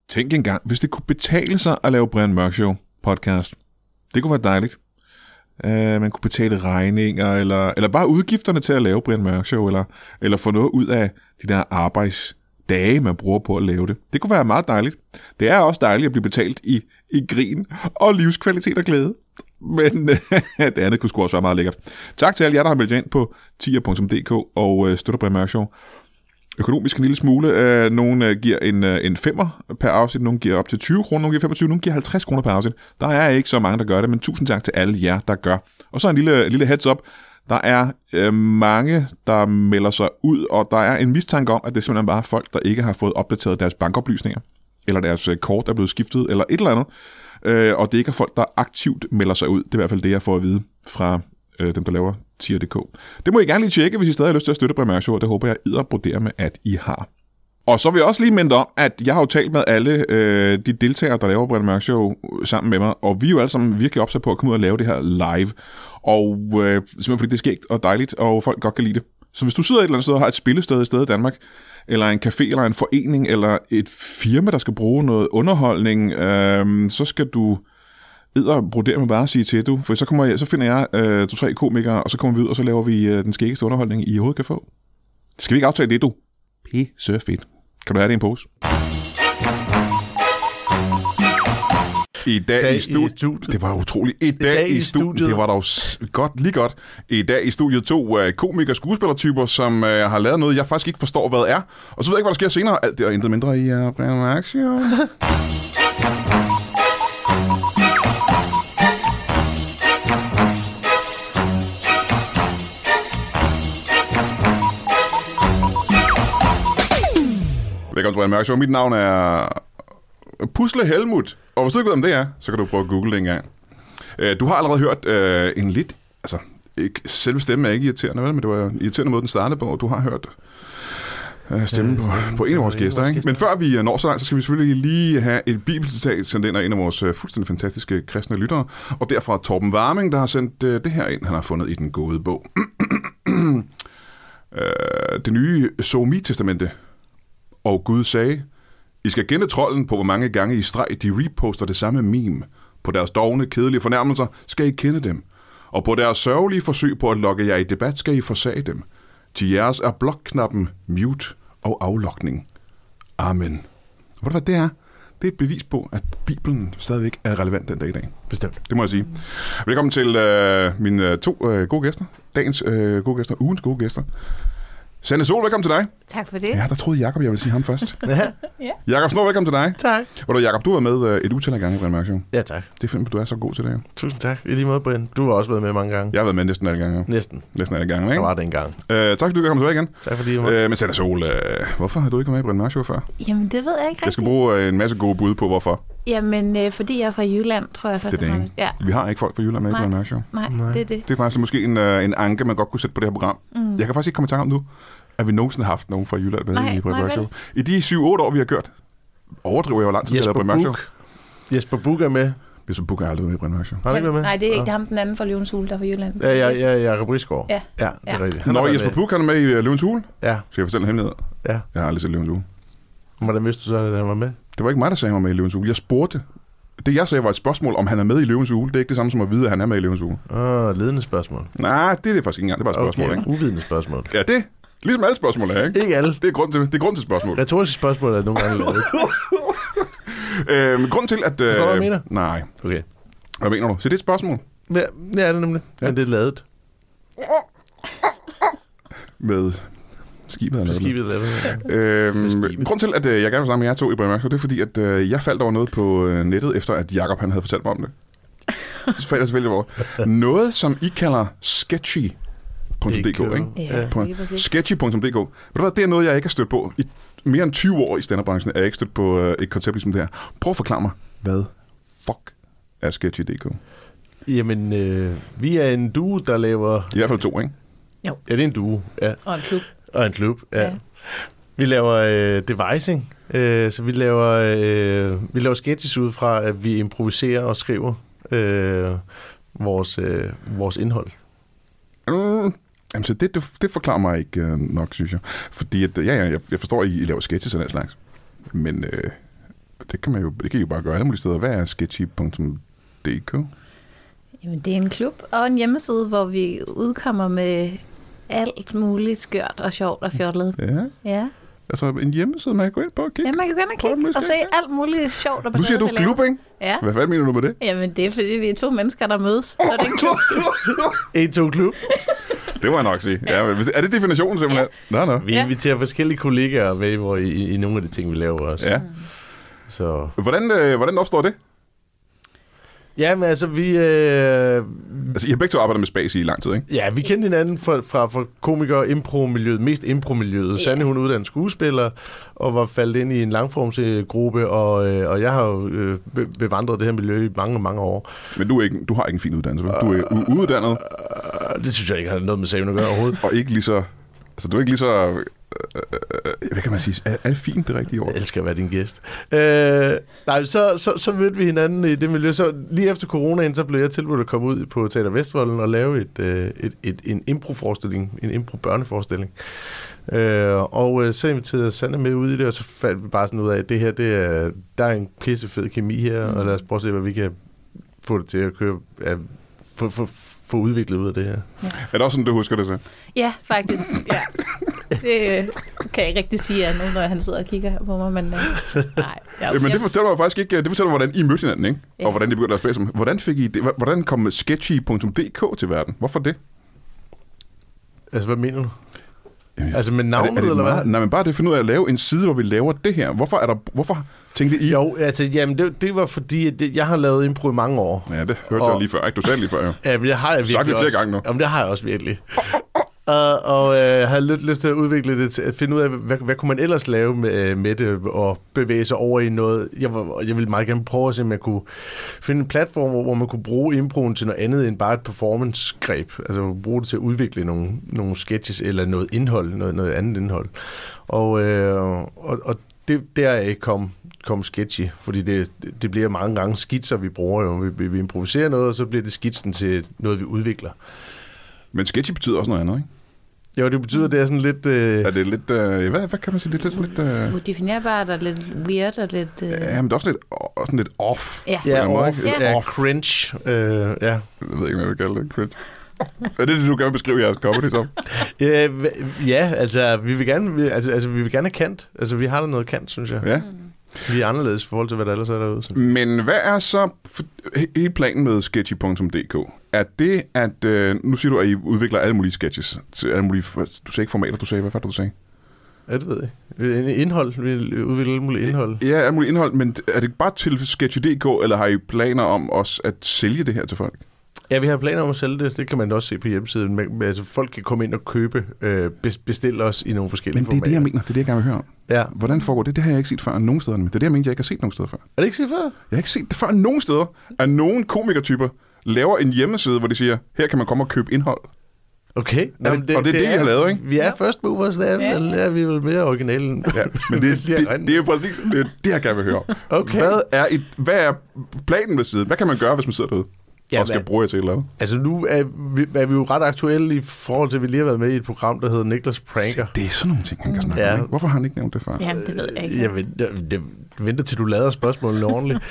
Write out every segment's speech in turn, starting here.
Tænk engang, hvis det kunne betale sig at lave Brian Mørk Show podcast. Det kunne være dejligt. Man kunne betale regninger, eller bare udgifterne til at lave Brian Mørk Show, eller få noget ud af de der arbejdsdage, man bruger på at lave det. Det kunne være meget dejligt. Det er også dejligt at blive betalt i grin og livskvalitet og glæde. Men det andet kunne sgu også være meget lækkert. Tak til alle jer, der har meldt ind på tier.dk og støtter Brian Mørk Show. Økonomisk en lille smule. Nogle giver en 5'er per afsnit, nogle giver op til 20 kroner, nogle giver 25, nogle giver 50 kroner per afsnit. Der er ikke så mange, der gør det, men tusind tak til alle jer, der gør. Og så en lille heads up. Der er mange, der melder sig ud, og der er en mistanke om, at det simpelthen bare er folk, der ikke har fået opdateret deres bankoplysninger, eller deres kort er blevet skiftet, eller et eller andet. Og det ikke er folk, der aktivt melder sig ud. Det er i hvert fald det, jeg får at vide fra dem, der laver tier.dk. Det må I gerne lige tjekke, hvis I stadig har lyst til at støtte Brian Mørk Show, og det håber jeg edderbroderer med, at I har. Og så vil jeg også lige minde om, at jeg har jo talt med alle de deltagere, der laver Brian Mørk Show sammen med mig, og vi er jo alle sammen virkelig opsat på at komme ud og lave det her live. Og simpelthen fordi det er skægt og dejligt, og folk godt kan lide det. Så hvis du sidder et eller andet sted og har et spillested i stedet i Danmark, eller en café, eller en forening, eller et firma, der skal bruge noget underholdning, så skal du brodere med bare at sige til, du. For så finder jeg 2-3 komikere, og så kommer vi ud, og så laver vi den skæggeste underholdning, I overhovedet kan få. Skal vi ikke aftale det, du? Pisse fedt. Kan du have det i en pose? I dag i studiet. Det var utroligt. I dag i studiet. Det var dog lige godt. I dag i studiet 2 komikere skuespillertyper, som har lavet noget, jeg faktisk ikke forstår, hvad er. Og så ved jeg ikke, hvad der sker senere. Alt det og intet mindre i Brian Mørk Show. Velkommen til Brian Mørk Show. Mit navn er Pusle Helmut. Og hvis du ikke ved, om det er, så kan du prøve at google det en gang. Du har allerede hørt en lidt... Altså, selve stemmen er ikke irriterende, vel? Men det var irriterende måde, den startede på. Du har hørt stemmen på en af vores gæster, ikke? Men før vi når så langt, så skal vi selvfølgelig lige have et bibelcitat sendt ind af en af vores fuldstændig fantastiske kristne lyttere. Og derfra Torben Warming, der har sendt det her ind, han har fundet i den gode bog. Det nye Somi-testamente. Og Gud sagde, I skal kende trolden på, hvor mange gange i streg de reposter det samme meme. På deres dovne, kedelige fornærmelser skal I kende dem. Og på deres sørgelige forsøg på at lokke jer i debat skal I forsage dem. Til jeres er blokknappen mute og aflokning. Amen. Ved du hvad det er? Det er et bevis på, at Bibelen stadigvæk er relevant den dag i dag. Bestemt. Det må jeg sige. Velkommen til mine 2 gode gæster. Dagens gode gæster, ugens gode gæster. Sanne Sol, velkommen til dig. Tak for det. Ja, der troede Jakob, jeg ville sige ham først. Ja. Jakob Snor, velkommen til dig. Tak. Og Jakob, du har været med et utal af gange i Brian Mørk Show. Ja, tak. Det er fint, du er så god til det. Ja. Tusind tak. I lige måde, Brian. Du har også været med mange gange. Jeg har været med næsten alle gange. Ja. Næsten alle gange, ikke? Der var det en gang. Tak fordi du kan komme tilbage igen. Tak fordi du var. Men Sanne Sol, hvorfor har du ikke været med i Brian Mørk Show før? Jamen, det ved jeg ikke rigtig. Jeg skal bruge en masse gode bud på, hvorfor. Jamen, fordi jeg er fra Jylland, tror jeg først og fremmest. Ja. Vi har ikke folk fra Jylland med i Brian Mørk Show. Nej, det er det. Det er faktisk måske en anke, man godt kunne sætte på det her program. Jeg kan faktisk ikke komme i tanke om nu, at vi nogensinde har haft nogen fra Jylland med i Brian Mørk Show. I de 7-8 år, vi har kørt, overdriver jeg jo lang tid, at lave Brian Mørk Show. Jesper Buch er med. Jesper Buch er aldrig med i Brian Mørk Show. Har med? Nej, det er ikke det ham, den anden fra Løvens Hule, der er fra Jylland. Ja, Jakob Risgaard. Ja, det er rigtigt. Når Jesper Buch er med i Løvens Hule? Ja. Skal jeg fortælle en hemmelighed? Ja. Jeg har aldrig set Løvens Hule. Hvordan vidste du så, at han var med? Det var ikke mig, der sagde, han var med i Løvens Hule. Jeg spurgte. Det jeg sagde var et spørgsmål, om han er med i Løvens Hule. Det er ikke det samme som at vide, at han er med i Løvens Hule. Ledende spørgsmål. Nej, det er det faktisk ikke engang. Det er bare et spørgsmål, ikke? Uvidende spørgsmål. Ja, det. Ligesom alle spørgsmål er, ikke? Ikke alle. Det er grund til spørgsmål. Retoriske spørgsmål er nogle gange lavet. Grund til, at... Forstår du, hvad jeg mener? Nej. Okay. Hvad mener du? Så det er et spørgsmål? Ja, det er det nemlig. Ja. Men det er lavet. Med... Skibet er lavet. Skibet er lavet, Grund til, at jeg gerne vil snakke med jer 2 i Brian Mørk Show, det er fordi, at jeg faldt over noget på nettet, efter at Jakob han havde fortalt mig om det. Så faldt jeg selvfølgelig over. Noget, som I kalder sketchy.dk, ikke? Ja, sketchy.dk. Det er noget, jeg ikke har stødt på. I mere end 20 år i stand-up-branchen er jeg ikke stødt på et koncept ligesom det her. Prøv at forklare mig, hvad fuck er sketchy.dk? Jamen, vi er en duo, der laver... I hvert fald 2, ikke? Jo. Ja, det er en duo, ja. Og en klub. Ja. Vi laver devising, så vi laver sketches ud fra, at vi improviserer og skriver vores indhold. Jamen, så det forklarer mig ikke nok, synes jeg. Fordi at, jeg forstår, at I laver sketches og den slags. Men Det kan I jo bare gøre alle mulige steder. Hvad er sketchy.dk? Jamen, det er en klub og en hjemmeside, hvor vi udkommer med alt muligt skørt og sjovt og fjollet. Ja. Altså en hjemmeside, man kan gå ind på og kigge. Ja, man kan gå ind og kigge og se alt muligt sjovt. Og nu siger du klub, ikke? Ja. Hvad fanden mener du med det? Jamen, det er fordi, vi er 2 mennesker, der mødes. Så det er en klub. 1-2 klub. Det må jeg nok sige. Ja, er det definitionen simpelthen? Ja. Nå. Vi inviterer forskellige kollegaer med i nogle af de ting, vi laver også. Ja. Så. Hvordan opstår det? Jamen, altså, I har begge to arbejdet med Spacey i lang tid, ikke? Ja, vi kendte hinanden fra komikere- og impro-miljøet, mest impro-miljøet. Yeah. Sanne, hun er uddannet skuespiller, og var faldet ind i en langformsgruppe, og jeg har jo bevandret det her miljø i mange, mange år. Men du har ikke en fin uddannelse, vel? Du er uuddannet. Det synes jeg ikke har noget med sagen at gøre overhovedet. Og ikke lige så... Altså, du er ikke lige så... hvad kan man sige? Er det fint, det rigtige ord? Jeg elsker at være din gæst. Nej, så mødte vi hinanden i det miljø. Så lige efter coronaen, så blev jeg tilbudt at komme ud på Teater Vestvolden og lave en impro-forestilling, en impro-børneforestilling. Og så inviterede Sanne med ud i det, og så fandt vi bare sådan ud af, at det her, der er en pissefed kemi her, og lad os prøve at se, hvad vi kan få det til at køre, få udviklet ud af det her. Ja. Er det også sådan, du husker det så? Ja, faktisk. Ja. Det kan jeg ikke rigtig sige nu, når han sidder og kigger her på mig, men nej. Men det fortæller mig faktisk ikke. Det fortæller mig, hvordan I mødte hinanden, ikke? Ja. Og hvordan I begyndte at spille sammen. Hvordan fik I det? Hvordan kom sketchy.dk til verden? Hvorfor det? Altså, hvad mener du? Altså med navnet, eller hvad? Nej, men bare det at finde ud af at lave en side, hvor vi laver det her. Hvorfor tænkte I? Jo, altså, jamen, det var fordi, at jeg har lavet impro i mange år. Ja, det hørte jeg lige før, ikke? Du sagde lige før, jo. Ja, men jeg har virkelig sagt det flere gange nu. Jamen, det har jeg også virkelig. Og havde lidt lyst til at udvikle det, at finde ud af, hvad kunne man ellers lave med det, og bevæge sig over i noget. Jeg ville meget gerne prøve at se, om jeg kunne finde en platform, hvor man kunne bruge improen til noget andet end bare et performance-greb. Altså bruge det til at udvikle nogle sketches eller noget indhold, noget andet indhold. Og der kom sketchy, fordi det bliver mange gange skitser, vi bruger jo. Vi improviserer noget, og så bliver det skitsen til noget, vi udvikler. Men sketchy betyder også noget andet, ikke? Jo, det betyder, at det er sådan lidt... Er det lidt... hvad kan man sige? Lidt sådan lidt... Udefinerbart og lidt weird og lidt... Ja, men det er også lidt off. Ja, off. Ja, cringe. Ja. Jeg ved ikke, hvad jeg vil kalde det. Cringe. Er det du gerne beskrive jeres comedy som? Ja, altså, vi vil gerne have kant. Altså, vi har da noget kant, synes jeg. Ja. Vi er anderledes i forhold til, hvad der ellers er derude. Så. Men hvad er så hele planen med sketchy.dk? Er det, at... nu siger du, at I udvikler alle mulige sketches. Alle mulige, du sagde ikke formater, du sagde. Hvad var det, du sagde? Ja, det ved jeg. Indhold. Vi udvikler alle mulige indhold. Ja, alle mulige indhold. Men er det bare til sketchy.dk, eller har I planer om også at sælge det her til folk? Ja, vi har planer om at sælge det. Det kan man også se på hjemmesiden. Men, altså, folk kan komme ind og købe, bestille os i nogle forskellige formater. Men det er det, jeg mener. Det er det, jeg gerne vil høre om. Ja. Hvordan foregår det? Det har jeg ikke set før nogen steder. Det er det, jeg mener, jeg ikke har set nogen steder før. Er det ikke set før? Jeg har ikke set det før nogen steder. At nogen komikertyper laver en hjemmeside, hvor de siger, her kan man komme og købe indhold. Okay. Og det er det, I har lavet, ikke? Vi er first movers, der er vi vel mere originale. Ja, men det er jo præcis det, jeg gerne vil høre om. Okay. Hvad er planen ved siden? Hvad kan man gøre, hvis man sidder derude? Og skal bruge jer til et eller andet? Altså nu er vi jo ret aktuelle i forhold til, at vi lige har været med i et program, der hedder Niklas Pranker. Det er sådan nogle ting, han kan snakke om. Ikke? Hvorfor har han ikke nævnt det før? Jamen, det ved jeg ikke. Jeg venter til, du lader spørgsmålene ordentligt.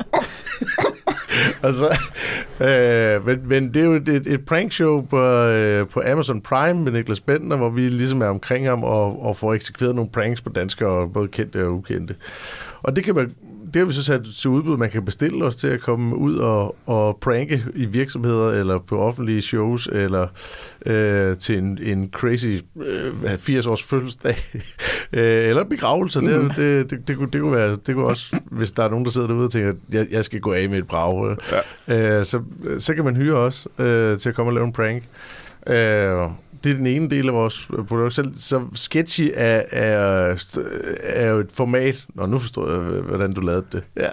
Altså, men det er jo et prankshow på Amazon Prime med Niklas Bentner, hvor vi ligesom er omkring ham og får eksekveret nogle pranks på danskere, både kendte og ukendte. Og det har vi så sat til udbud, man kan bestille os til at komme ud og pranke i virksomheder, eller på offentlige shows, eller til en crazy 80-års fødselsdag, eller begravelse. Det kunne også, hvis der er nogen, der sidder derude og tænker, at jeg skal gå af med et brag. Ja. Så kan man hyre os til at komme og lave en prank. Det er den ene del af vores produkt. Så sketchy er jo et format. Nu forstår jeg, hvordan du lavede det. Ja.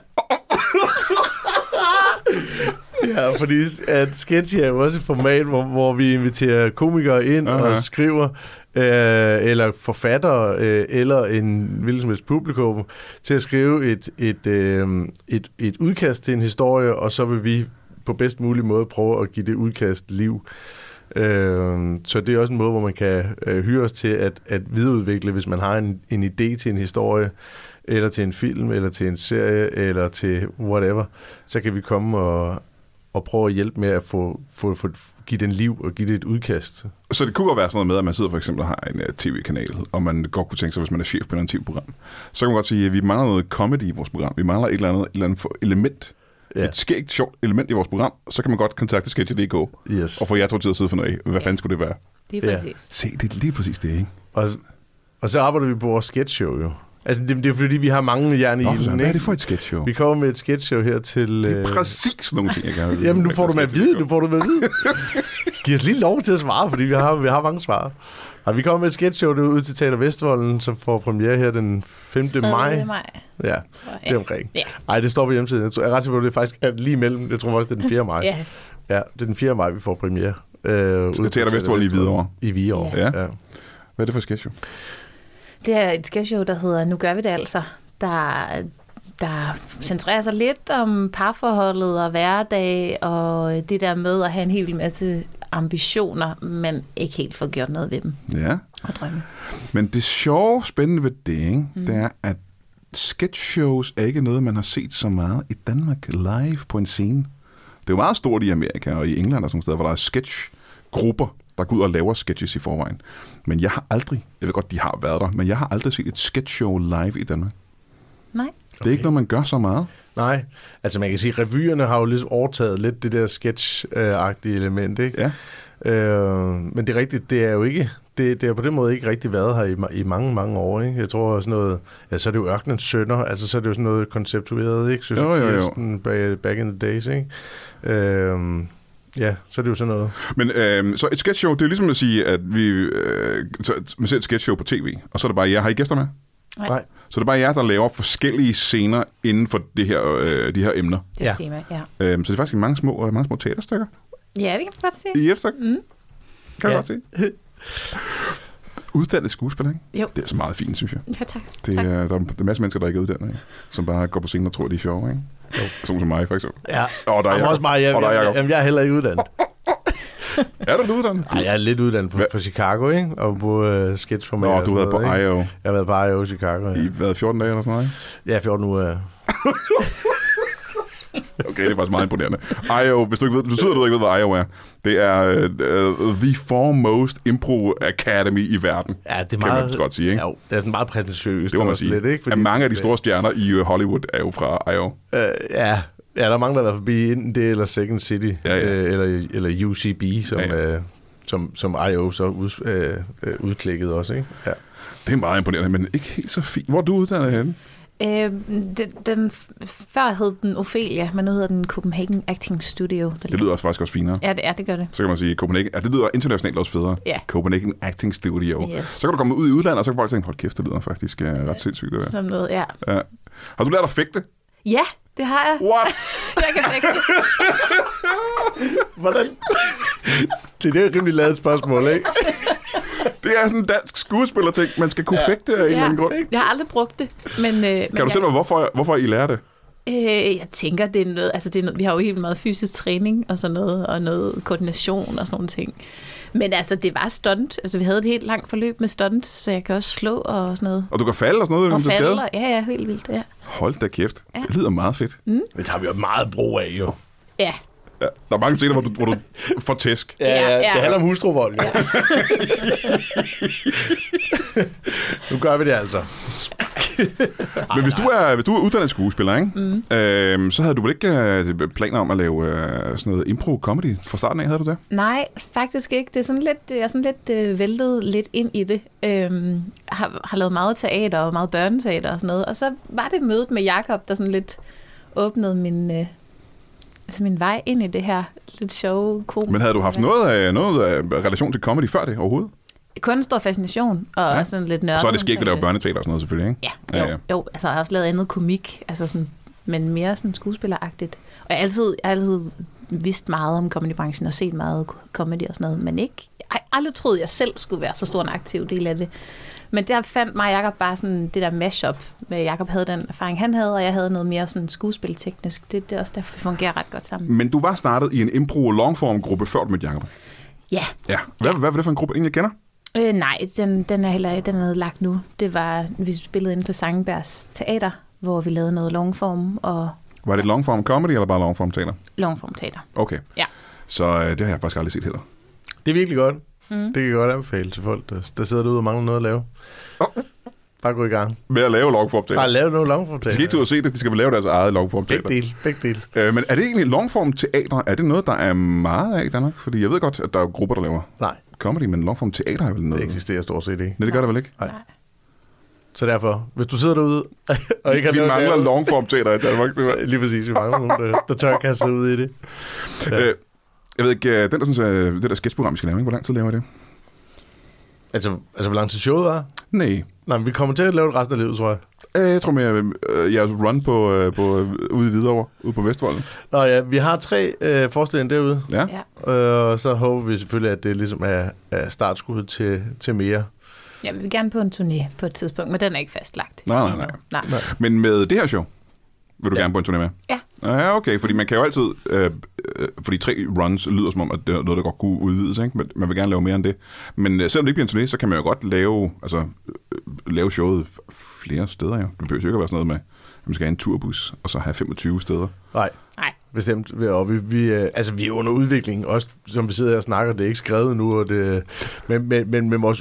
Ja, fordi at sketchy er jo også et format, hvor vi inviterer komikere ind og skriver, eller forfattere, eller en hvilken som helst publikum, til at skrive et udkast til en historie, og så vil vi på bedst mulig måde prøve at give det udkast liv. Så det er også en måde, hvor man kan hyre os til at videreudvikle, hvis man har en idé til en historie, eller til en film, eller til en serie, eller til whatever, så kan vi komme og prøve at hjælpe med at give den liv og give det et udkast. Så det kunne godt være sådan noget med, at man sidder for eksempel og har en tv-kanal, og man godt kunne tænke sig, hvis man er chef på en tv-program, så kan man godt sige, at vi mangler noget comedy i vores program. Vi mangler et eller andet element, et skægt, sjovt element i vores program, så kan man godt kontakte Sketch.dk og få jer to til at sidde for noget af. Hvad fanden skulle det være? Det er præcis. Se, det er lige præcis det, ikke? Og så arbejder vi på vores sketchshow jo. Altså, det er fordi, vi har mange jern i ilden. Hvad er det for et sketchshow? Vi kommer med et sketchshow her til... Det er præcis nogle ting, jeg gerne vil vide. Jamen, nu får du med at vide. Giv os lige lov til at svare, fordi vi har mange svar. Og vi kommer med et sketchshow ud til Teater Vestvolden, som får premiere her den 5. maj. Ja, det er omkring. Nej, det står på hjemmesiden. Jeg er ret sikker på, det er faktisk lige imellem. Jeg tror faktisk, det er den 4. maj. Ja, det er den 4. maj, vi får premiere. Skal Teater Vestvolden i Hvidovre? I Hvidovre, ja. Hvad er det for et sketchshow? Det er et sketchshow, der hedder Nu gør vi det altså, der centrerer sig lidt om parforholdet og hverdag, og det der med at have en hel masse ambitioner, men ikke helt få gjort noget ved dem. Ja. Og drømme. Men det sjove, spændende ved det, ikke? Det er, at sketchshows er ikke noget, man har set så meget i Danmark live på en scene. Det er jo meget stort i Amerika og i England og sådan steder, hvor der er sketchgrupper, der går ud og laver sketches i forvejen. Men jeg har aldrig, jeg ved godt, de har været der, men jeg har aldrig set et sketchshow live i Danmark. Nej. Det er ikke noget, man gør så meget. Nej, altså man kan sige, at revyerne har jo lidt overtaget lidt det der sketch-agtige element, ikke? Ja. Men det er rigtigt, det er jo ikke, det er på den måde ikke rigtig været her i mange, mange år, ikke? Jeg tror sådan noget, ja, så er det jo Ørkenens Sønner, altså så er det jo sådan noget konceptueret, ikke? Jo. Back in the days, ikke? Ja, så er det jo sådan noget. Men så et sketchshow, det er ligesom at sige, at man ser et sketchshow på tv, og så er det bare jer. Har I gæster med? Nej. Så det er bare jer, der laver forskellige scener inden for de her emner. Det er tema, ja. Så det er faktisk mange små teaterstykker. Ja, det kan man godt se. I et stykke? Kan du godt se? Uddannet skuespiller, ikke? Jo. Det er så meget fint, synes jeg. Ja, tak. Der er en masse mennesker, der ikke er uddannet, ikke? Som bare går på scenen og tror, de er sjove, ikke? Sådan som mig, for eksempel. Ja, og der er også mig. Jeg er heller ikke uddannet. Er du uddannet? Nej, jeg er lidt uddannet på Chicago, ikke? Og på sketchformat. Du har været på I.O. Jeg har været på I.O. i Chicago, ja. I 14 dage eller sådan noget, ikke? Ja, 14 uger. Okay, det er faktisk meget imponerende. I.O., hvis du ikke ved, betyder du ikke ved, hvad I.O. er. Det er the foremost impro academy i verden. Ja, det er kan meget, man godt sige, ikke? Ja, det er sådan meget prætentiøst. Det må man sige. Lidt, ikke? Fordi, mange af de store stjerner i Hollywood er jo fra I.O. Ja, der er mange, der har været forbi enten det, eller Second City, eller UCB, som I.O. så udklikket også, ikke? Ja. Det er meget imponerende, men ikke helt så fint. Hvor er du uddannet henne? Før hed den Ophelia, men nu hedder den Copenhagen Acting Studio. Det lyder faktisk også finere. Ja, det gør det. Så kan man sige, Copenhagen, det lyder internationalt også federe. Ja. Copenhagen Acting Studio. Yes. Så kan du komme ud i udlandet, og så kan folk tænke, hold kæft, det lyder faktisk ret sindssygt. Det som noget, ja. Har du lært at fægte? Ja, det har jeg. What? Jeg kan fægte. Hvordan? Det er et rimelig lavet spørgsmål, ikke? Det er sådan en dansk skuespillerting. Man skal kunne fægte af en eller anden grund. Jeg har aldrig brugt det. Men kan du se noget, hvorfor I lærer det? Jeg tænker, det er noget, vi har jo helt meget fysisk træning og sådan noget, og noget koordination og sådan nogle ting. Men altså, det var stunt. Altså, vi havde et helt langt forløb med stunt, så jeg kan også slå og sådan noget. Og du kan falde og sådan noget? Og falde, ja, helt vildt, ja. Hold da kæft. Ja. Det lyder meget fedt. Det tager vi jo meget brug af, jo. Ja. Ja, der er mange scener, hvor du får tæsk. Ja. Det handler om hustruvold, jo. Nu gør vi det altså. Men hvis du er uddannet skuespiller, ikke? Så havde du vel ikke planer om at lave sådan noget impro-comedy fra starten af, havde du det? Nej, faktisk ikke. Det er sådan lidt, jeg er sådan lidt væltet lidt ind i det. Har lavet meget teater og meget børneteater og sådan noget. Og så var det mødet med Jakob, der sådan lidt åbnede min vej ind i det her lidt sjove komik. Men havde du haft noget relation til comedy før det overhovedet? Kun en stor fascination, og sådan lidt nørdet. Så er det skægt at lave børneteater og sådan noget selvfølgelig, ikke? Ja, jo. Altså, jeg har også lavet andet komik, altså sådan, men mere sådan skuespilleragtigt. Og jeg har altid vidst meget om comedybranchen og set meget comedy og sådan noget, men jeg har aldrig troet, at jeg selv skulle være så stor en aktiv del af det. Men der fandt mig og Jacob bare sådan det der mashup med, Jacob havde den erfaring, han havde, og jeg havde noget mere sådan skuespilteknisk. Det er også derfor, det fungerer ret godt sammen. Men du var startet i en impro-longform-gruppe før du mødte Jacob? Ja. Hvad var det for en gruppe, ingen jeg kender? Nej, den er lagt nu. Det var, vi spillede inde på Sangenbergs Teater, hvor vi lavede noget longform. Og Var det longform comedy, eller bare longform teater? Longform teater. Okay. Ja. Så det har jeg faktisk aldrig set heller. Det er virkelig godt. Det kan jeg godt anbefale til folk, der sidder derude og mangler noget at lave. Bare gå i gang. Med at lave longform teater? Bare lave noget longform teater. De skal ikke ud og se det, de skal lave deres eget longform teater. Begge dele. Men er det egentlig longform teater? Er det noget, der er meget af i Danmark? Fordi jeg ved godt, at der er grupper, der laver comedy, men longform teater er vel noget? Det eksisterer stort set ikke. Nej, det gør det vel ikke? Nej. Så derfor, hvis du sidder derude og ikke har vi mangler longform teater i Danmark. Lige præcis, vi mangler nogen, der tør kaste sig ud i det. Ja. Jeg ved ikke, det der sketchprogram, vi skal lave, hvor lang tid laver det? Altså, hvor lang tid showet var? Nej, men vi kommer til at lave det resten af livet, tror jeg. Jeg tror mere, jeres run på ude i Hvidovre, ude på Vestvolden. Nå ja, vi har 3 forestillinger derude. Ja. Og så håber vi selvfølgelig, at det ligesom er startskuddet til mere. Ja, vi vil gerne på en turné på et tidspunkt, men den er ikke fastlagt. Nej. Men med det her show, vil du gerne på en turné med? Ja. Ja, okay, fordi man kan jo altid, fordi 3 runs lyder som om, at det er noget, der godt kunne udvides, ikke? Men man vil gerne lave mere end det. Men selvom det ikke bliver en turné, så kan man jo godt lave showet flere steder, jo. Det behøver jo ikke at være sådan noget med, at man skal have en turbus, og så have 25 steder. Nej. Bestemt. Og vi er under udvikling, også som vi sidder her og snakker, det er ikke skrevet nu, og men vores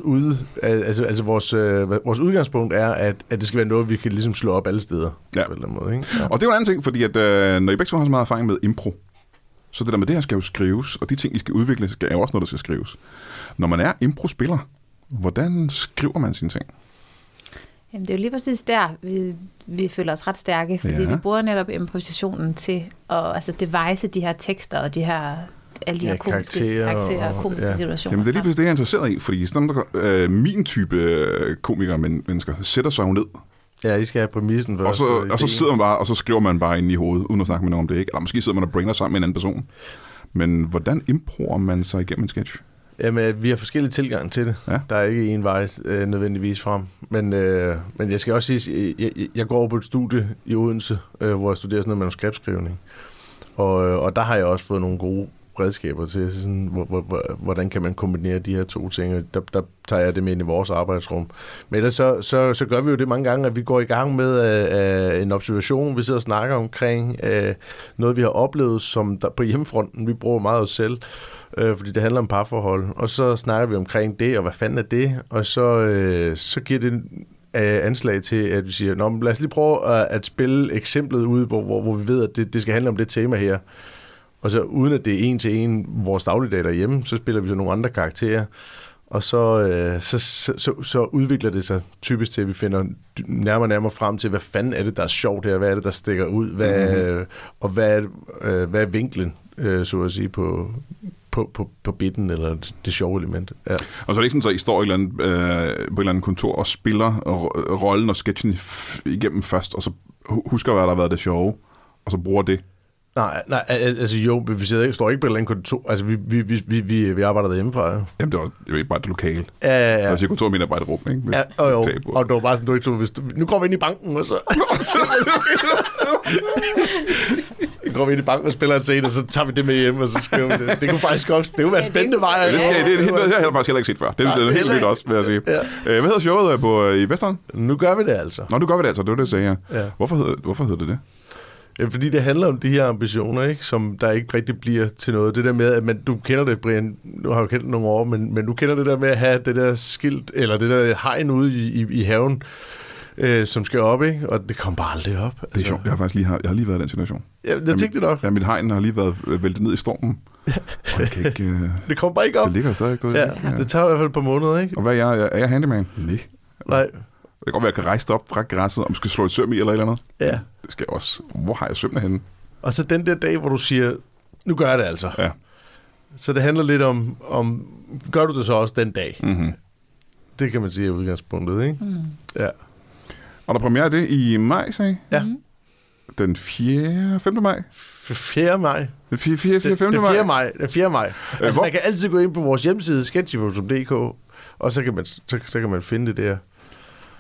vores udgangspunkt er, at det skal være noget, vi kan ligesom slå op alle steder. Ja. På en eller anden måde, ikke? Ja. Og det er jo en anden ting, fordi at, når I begge to har så meget erfaring med impro, så det der med det her skal jo skrives, og de ting, I skal udvikle, er jo også noget, der skal skrives. Når man er impro-spiller, hvordan skriver man sine ting? Jamen, det er jo lige præcis der, vi føler os ret stærke, fordi vi bruger netop improvisationen til at devise de her tekster og alle de her karakterer og komiske situationer. Jamen, det er lige præcis det, jeg er interesseret i, fordi sådan min type komikere mennesker sætter sig jo ned. Ja, I skal have præmissen først. Og så sidder man bare, og så skriver man bare ind i hovedet, uden at snakke med nogen om det, ikke? Eller måske sidder man og brainer sammen med en anden person. Men hvordan improver man sig igennem en sketch? Jamen, vi har forskellige tilgang til det. Ja. Der er ikke en vej nødvendigvis frem. Men jeg skal også sige, jeg går over på et studie i Odense, hvor jeg studerer sådan noget manuskriptskrivning. Og der har jeg også fået nogle gode redskaber til, sådan, hvordan kan man kombinere de her 2 ting. Der tager jeg det med ind i vores arbejdsrum. Men ellers så gør vi jo det mange gange, at vi går i gang med en observation. Vi sidder og snakker omkring noget, vi har oplevet som der, på hjemmefronten. Vi bruger meget os selv, fordi det handler om parforhold. Og så snakker vi omkring det, og hvad fanden er det? Og så giver det anslag til, at vi siger, nå, lad os lige prøve at spille eksemplet ud, hvor vi ved, at det skal handle om det tema her. Og så uden at det er en til en vores dagligdag derhjemme, så spiller vi så nogle andre karakterer. Og så udvikler det sig typisk til, at vi finder nærmere frem til, hvad fanden er det, der er sjovt her? Hvad er det, der stikker ud? Og hvad er vinklen, så at sige, på bitten, eller det sjove element. Ja. Og så er det ikke sådan, at I står på et eller andet kontor og spiller rollen og sketchen igennem først, og så husker, hvad der har været det sjove, og så bruger det? Nej, altså jo, vi står ikke på et eller andet kontor. Altså, vi arbejder derhjemmefra. Ja. Jamen, det var jo ikke bare det lokale. Ja. Altså, kontor min arbejderum, ikke? Ja, og det var bare sådan, du ikke tog, nu går vi ind i banken, og så... går vi ind i banken og spiller en scene, og så tager vi det med hjem, og så skriver vi det. Det kunne faktisk også... Det kunne være en spændende vej. Det har jeg faktisk heller ikke set før. Det er helt vildt også, vil jeg sige. Ja. Hvad hedder showet i Vesteren? Nu gør vi det altså. Nå, nu gør vi det altså. Det var det, jeg sagde. Ja. Hvorfor hedder det? Fordi det handler om de her ambitioner, ikke, som der ikke rigtig bliver til noget. Det der med, at du kender det, Brian, nu har jeg jo kendt det nogle år, men du kender det der med at have det der skilt, eller det der hegn ude i haven, som skal op, ikke? Og det kommer bare aldrig op. Det er sjovt. Jeg har lige været i den situation. Ja, jeg tænkte det nok. Ja, mit hegn har lige været væltet ned i stormen. Og jeg kan ikke... det kommer bare ikke op. Det ligger stadig ikke. Ja, det tager i hvert fald et par måneder, ikke? Og hvad er jeg handyman? Nej. Det kan godt være, at jeg kan rejse op fra græsset, om jeg skal slå et søm i eller et eller andet. Ja. Det skal også. Hvor har jeg sømmene henne? Og så den der dag, hvor du siger, nu gør jeg det altså. Ja. Så det handler lidt om gør du det så også den dag? Mm-hmm. Det kan man sige er udgangspunktet, ikke? Mm. Ja. Og der premiere det i maj, sagde Ja. Den 5. maj? 4. maj. Den 4. maj? Den 4. maj. Altså, man kan altid gå ind på vores hjemmeside, sketchy.dk, og så kan man finde det der.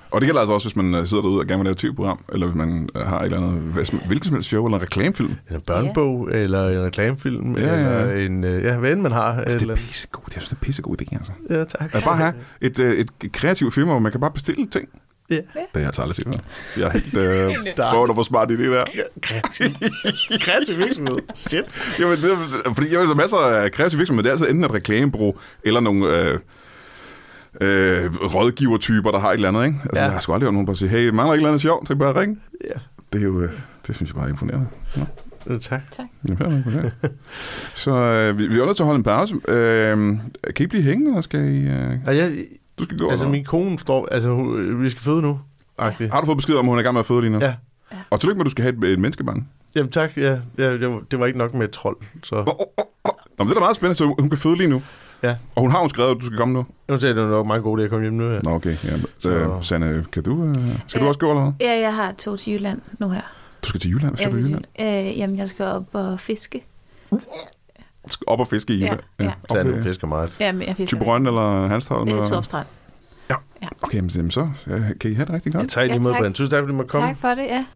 Og det gælder altså også, hvis man sidder derude og gerne vil lave et tv-program, eller hvis man har et eller andet, hvilken som helst show, eller en reklamefilm. En børnebog, eller en reklamefilm, eller en, hvad end man har. Det er pissegod. Det er pissegod idé, altså. Ja, tak. At bare have et kreativt firma, hvor man kan bare bestille ting. Ja. Det har jeg altså aldrig set. Jeg er helt prøvet at få smart i det der. Kreativ virksomhed. Shit. Jamen, fordi jeg ved, så masser af kreativ virksomhed, det er altså enten et reklamebureau, eller nogle rådgivertyper, der har et eller andet, ikke? Altså, jeg har sgu aldrig hørt nogen bare sige, hey, mangler ikke et eller andet sjovt, så kan bare ringe. Ja. Det er jo, det synes jeg bare er imponerende. Ja. Tak. Jamen, så vi er nødt til at holde en pause. Kan I blive hængende, eller skal I... Du skal gå. Altså, min kone står... Altså, vi skal føde nu. -agtigt. Har du fået besked om, at hun er i gang med at føde lige nu? Ja. Og tillykke med, at du skal have et menneskebarn. Jamen tak, ja. Det var ikke nok med et trold, så... Nå, men det er da meget spændende, så hun kan føde lige nu. Ja. Og hun har jo skrevet, at du skal komme nu. Nu sagde det nok meget godt, at jeg kom hjem nu, ja. Nå, okay. Ja. Sanne, kan du... Skal du også gå, eller hvad? Ja, jeg har tog til Jylland nu her. Du skal til Jylland? Hvad skal du i Jylland? Jamen, jeg skal op og fiske. Du skal op og fiske i Jylland? Ja. Sanne fisker meget. Jamen, jeg fisker. Thyborøn eller Hanstholm? Eller Torpstrand. Ja. Okay, men så kan I have det rigtig godt. Jeg tager lige med, Brian. Tusind tak, fordi du måtte komme. Tak for det, ja.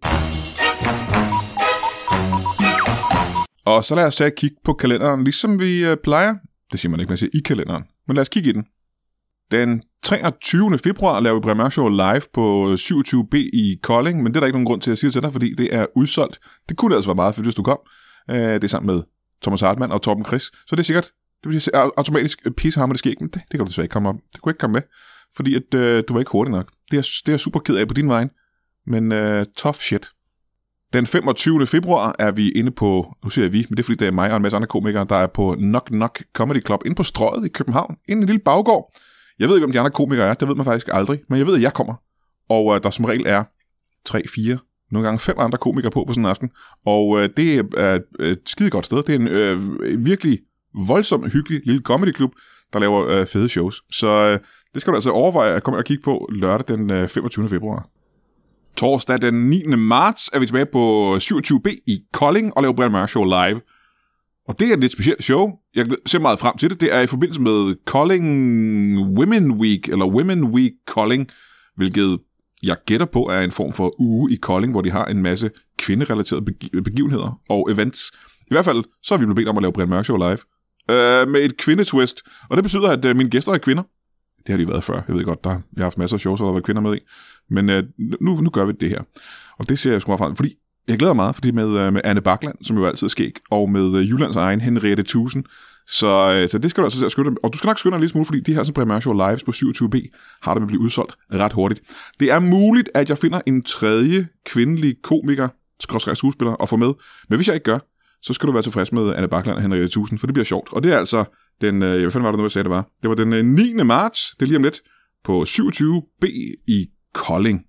Og så lad os tage et kig på kalenderen, ligesom vi plejer. Det siger man ikke, man siger i kalenderen. Men lad os kigge i den. Den 23. februar laver vi Brian Mørk Show live på 27B i Kolding, men det er der ikke nogen grund til at sige til dig, fordi det er udsolgt. Det kunne altså være meget fedt, hvis du kom. Det er sammen med Thomas Hartmann og Torben Chris. Så det er sikkert, det vil sige automatisk pissehammer, det sker ikke, men det kan du desværre ikke komme op. Det kunne ikke komme med, fordi at, du var ikke hurtig nok. Det er jeg super ked af på din vej, men tough shit. Den 25. februar er vi inde på, nu siger jeg vi, men det er fordi, det er mig og en masse andre komikere, der er på Knock Knock Comedy Club inde på Strøget i København, inde i en lille baggård. Jeg ved ikke, om de andre komikere er, det ved man faktisk aldrig, men jeg ved, at jeg kommer. Og der som regel er 3, 4, nogle gange 5 andre komikere på sådan en aften. Og det er et skide godt sted. Det er en virkelig voldsom, hyggelig lille comedyklub, der laver fede shows. Så det skal du altså overveje at komme og kigge på lørdag den 25. februar. Torsdag den 9. marts er vi tilbage på 27B i Kolding og laver Brian Mørk Show live. Og det er et lidt specielt show. Jeg ser meget frem til det. Det er i forbindelse med Kolding Women Week, eller Women Week Kolding, hvilket jeg gætter på er en form for uge i Kolding, hvor de har en masse kvinderelaterede begivenheder og events. I hvert fald, så er vi blevet bedt om at lave Brian Mørk Show live. Med et kvindetwist. Og det betyder, at mine gæster er kvinder. Det har de været før. Jeg ved godt, jeg har haft masser af shows, hvor der har været kvinder med i. Men nu gør vi det her. Og det ser jeg sgu meget frem, fordi jeg glæder meget, fordi med Anne Bakland, som jo altid er skæg, og med Jyllands egen Henriette Tusen. Så det skal du altså skynde dig. Og du skal nok skynde dig en lille smule, fordi de her Brian Mørk Show lives på 27B har det med at blive udsolgt ret hurtigt. Det er muligt, at jeg finder en tredje kvindelig komiker, skuespiller, og få med. Men hvis jeg ikke gør, så skal du være tilfreds med Anne Bakland og Henriette Tusen, for det bliver sjovt. Og det er altså den, hvad fanden var det nu, jeg sagde, det var? Det var den 9. marts, det er lige om lidt, på 27B i Kolding.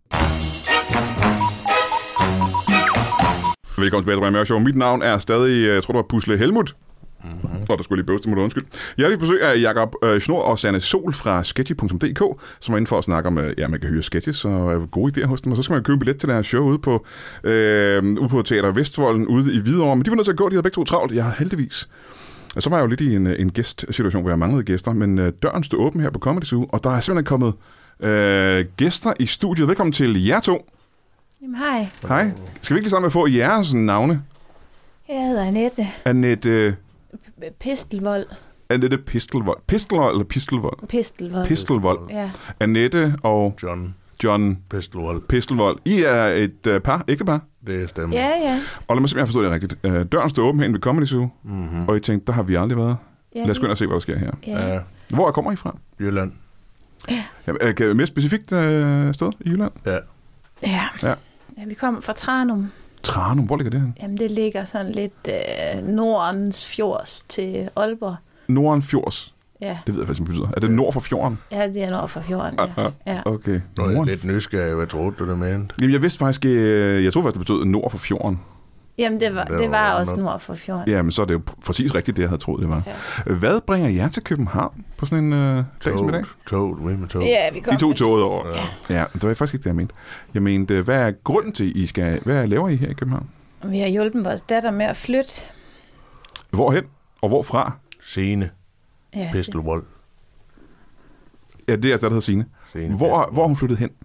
Velkommen tilbage til Brian Mørk Show. Mit navn er stadig, jeg tror det var Pusle Helmut. Og der skulle lige bøvste, må du undskylde. Jeg har lige besøg af Jakob Schnor og Sanne Sol fra sketchy.dk, som er inde for at snakke om, man kan høre sketches og gode idéer hos dem, og så skal man købe en billet til deres show ude på Teater Vestvolden ude i Hvidovre. Men de var nødt til at gå, de havde begge to travlt. Jeg har heldigvis. Og så var jeg jo lidt i en gæstsituation, hvor jeg manglede gæster, men døren stod åben her på Comedy Zoo, og der er simpelthen kommet gæster i studiet. Velkommen til jer to. Jamen, hej. Hej. Skal vi ikke lige sammen med at få jeres navne? Jeg hedder Annette. Annette... Pistelvold. Annette Pistelvold. Pistelvold eller Pistelvold? Pistelvold. Pistelvold. Ja. Annette og... John Pistelvold. I er et ægtepar? Det stemmer. Ja. Og lad mig simpelthen forstå det rigtigt. Døren står åben herinde ved Comedy Zoo, og I tænkte, der har vi aldrig været. Ja, lad os gå ind og se, hvad der sker her. Ja. Hvor kommer I fra? Jylland. Ja. Mere specifikt sted i Jylland? Ja, vi kommer fra Tranum. Tranum, hvor ligger det her? Jamen, det ligger sådan lidt Nordens fjords til Aalborg. Nordens fjords? Ja. Det ved jeg faktisk, hvad det betyder. Er det nord for fjorden? Ja, det er nord for fjorden, ja. Okay. Nå, jeg er lidt nysgerrig, hvad troede du, det mente? Jamen, jeg vidste faktisk, jeg troede faktisk, det betød nord for fjorden. Jamen, det var også nord for fjorden. Ja, men så er det jo præcis rigtigt, det jeg havde troet, det var. Ja. Hvad bringer jer til København på sådan en dag som i dag? Tog. Ja, vi kom. I tog toget over. Ja, det var faktisk ikke det, jeg mente. Jeg mente, hvad er grunden til, I skal... Hvad laver I her i København? Vi har hjulpet vores datter med at flytte. Hvorhen? Og hvorfra? Signe. Pistelvold. Ja, det er altså, der hedder Signe. Hvor har hun flyttet hen?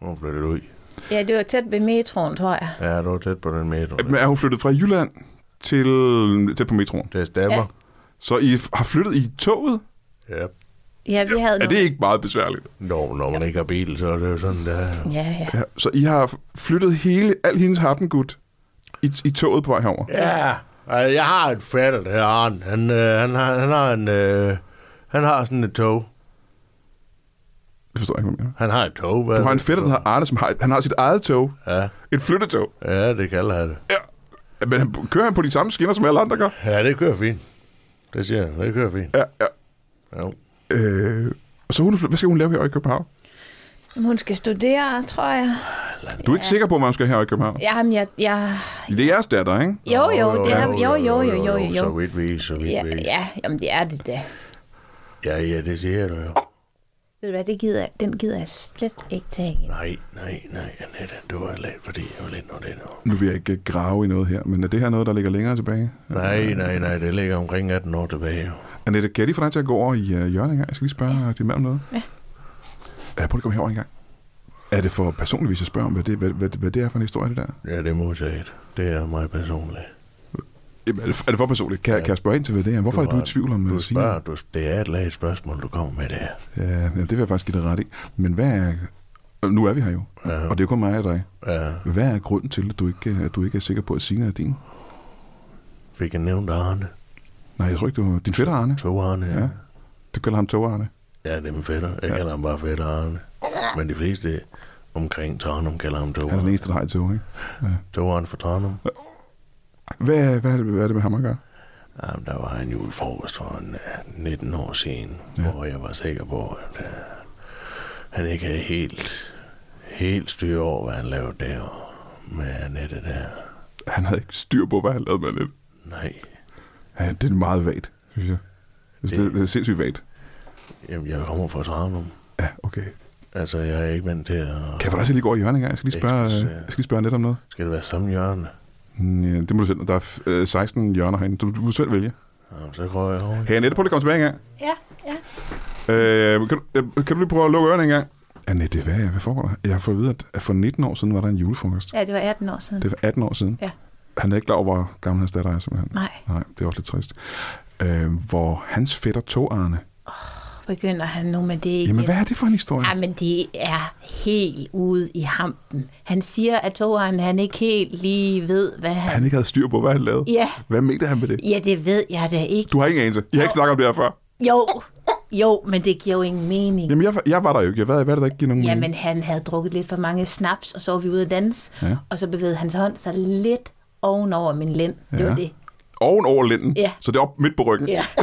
Hun flyttede ud. Ja, det var tæt ved metroen, tror jeg. Ja, det var tæt på den metro. Men er hun flyttet fra Jylland til på metroen? Det stemmer. Ja. Så I har flyttet i toget? Ja. Ja, vi havde Er det ikke meget besværligt? Når man ikke har bil, så er det jo sådan, der. Ja. Ja, så I har flyttet al hendes happengud i toget på vej herover? Ja, jeg har et fætter, der Arne. Han har sådan et tog. Det forstår jeg ikke, hvad Han har et tog. du har en fætter, der hedder Arne, som han har sit eget tog. Ja. Et flyttetog. Ja, det kalder han det. Ja. Men kører han på de samme skinner, som alle andre gør? Ja, det kører fint. Det siger han. Det kører fint. Ja. Jo. Så hvad skal hun lave her i København? Hun skal studere, tror jeg. Du er ikke sikker på, at man skal her i København? Jamen, jeg... Det er jeres datter, ikke? Jo, jo. Så vidt vi. Ja, jamen det er det da. Ja, det siger du jo. Ved du hvad, den gider jeg slet ikke tage igen. Nej, Annette, du var lidt, fordi jeg var lidt noget det nu. Nu vil jeg ikke grave i noget her, men er det her noget, der ligger længere tilbage? Nej, det ligger omkring 18 år tilbage. Annette, kan jeg lige få dig til at gå over i hjørnet engang? Jeg skal lige spørge dit mand om noget. Ja. Prøv lige at komme herover en gang. Er det for personligt, hvis jeg spørger om, hvad det er for en historie, det der? Ja, det er modtaget. Det er mig personligt. Jamen, er det for personligt? Kan jeg spørge ind til, hvad det er? Hvorfor er du i tvivl om at sige det? Det er et laget spørgsmål, du kommer med det her. Ja, det vil jeg faktisk give dig ret i. Men hvad er... Nu er vi her jo, og det er jo kun mig og dig. Ja. Hvad er grunden til, at du ikke er sikker på, at Signe er din? Fik jeg nævnt Arne? Nej, jeg tror ikke, du... Din fætter Arne? Tog Arne, ja. Du kalder ham Tog Arne? Ja, det er min fætter. Jeg kalder ham bare fætter Arne. Men de fleste omkring Tranum kalder ham Tog Arne. Han er den eneste, der har et tog, ikke? Ja. Tog Arne for Tranum. Hvad er det med ham at gøre? Jamen, der var en julefrokost for 19 år siden, hvor jeg var sikker på, at han ikke havde helt styr over, hvad han lavede der med Annette der. Han havde ikke styr på, hvad han lavede med Annette. Nej. Ja, det er meget vagt, synes jeg. Det er sindssygt vagt. Jamen, jeg kommer fra Tranum. Ja, okay. Altså, jeg er ikke vant til at... Kan jeg få dig til lige gå over i hjørnet engang? Jeg skal lige spørge lidt om noget. Skal det være samme hjørne? Ja, det må du selv. Der er 16 hjørner herinde. Du må selv vælge. Jamen, så går jeg over. Hey, Annette, prøv lige at komme tilbage en gang. Ja. Kan du lige prøve at lukke ørerne en gang? Annette, hvad foregår der? Jeg har fået at vide, at for 19 år siden var der en julefrokost. Ja, det var 18 år siden. Det var 18 år siden? Ja. Han er ikke klar over, hvor gammel hans datter er, simpelthen. Nej, det er også lidt trist. Hvor hans fætter Tog Arne... begynder han nu med det igen. Jamen, hvad er det for en historie? Jamen, det er helt ude i hampen. Han siger, at Toren, han ikke helt lige ved, hvad han... Han ikke havde styr på, hvad han lavede? Ja. Hvad mente han med det? Ja, det ved jeg da ikke. Du har ingen anelse. I har ikke snakket om det her før? Jo, men det giver jo ingen mening. Jamen, jeg var der jo ikke. Hvad er det, der ikke giver nogen mening? Jamen, han havde drukket lidt for mange snaps, og så var vi ude at danse, og så bevægede hans hånd sig lidt ovenover min lænd. Det var det. Oven over lænden? Ja. Så det er op midt på ryggen? Ja.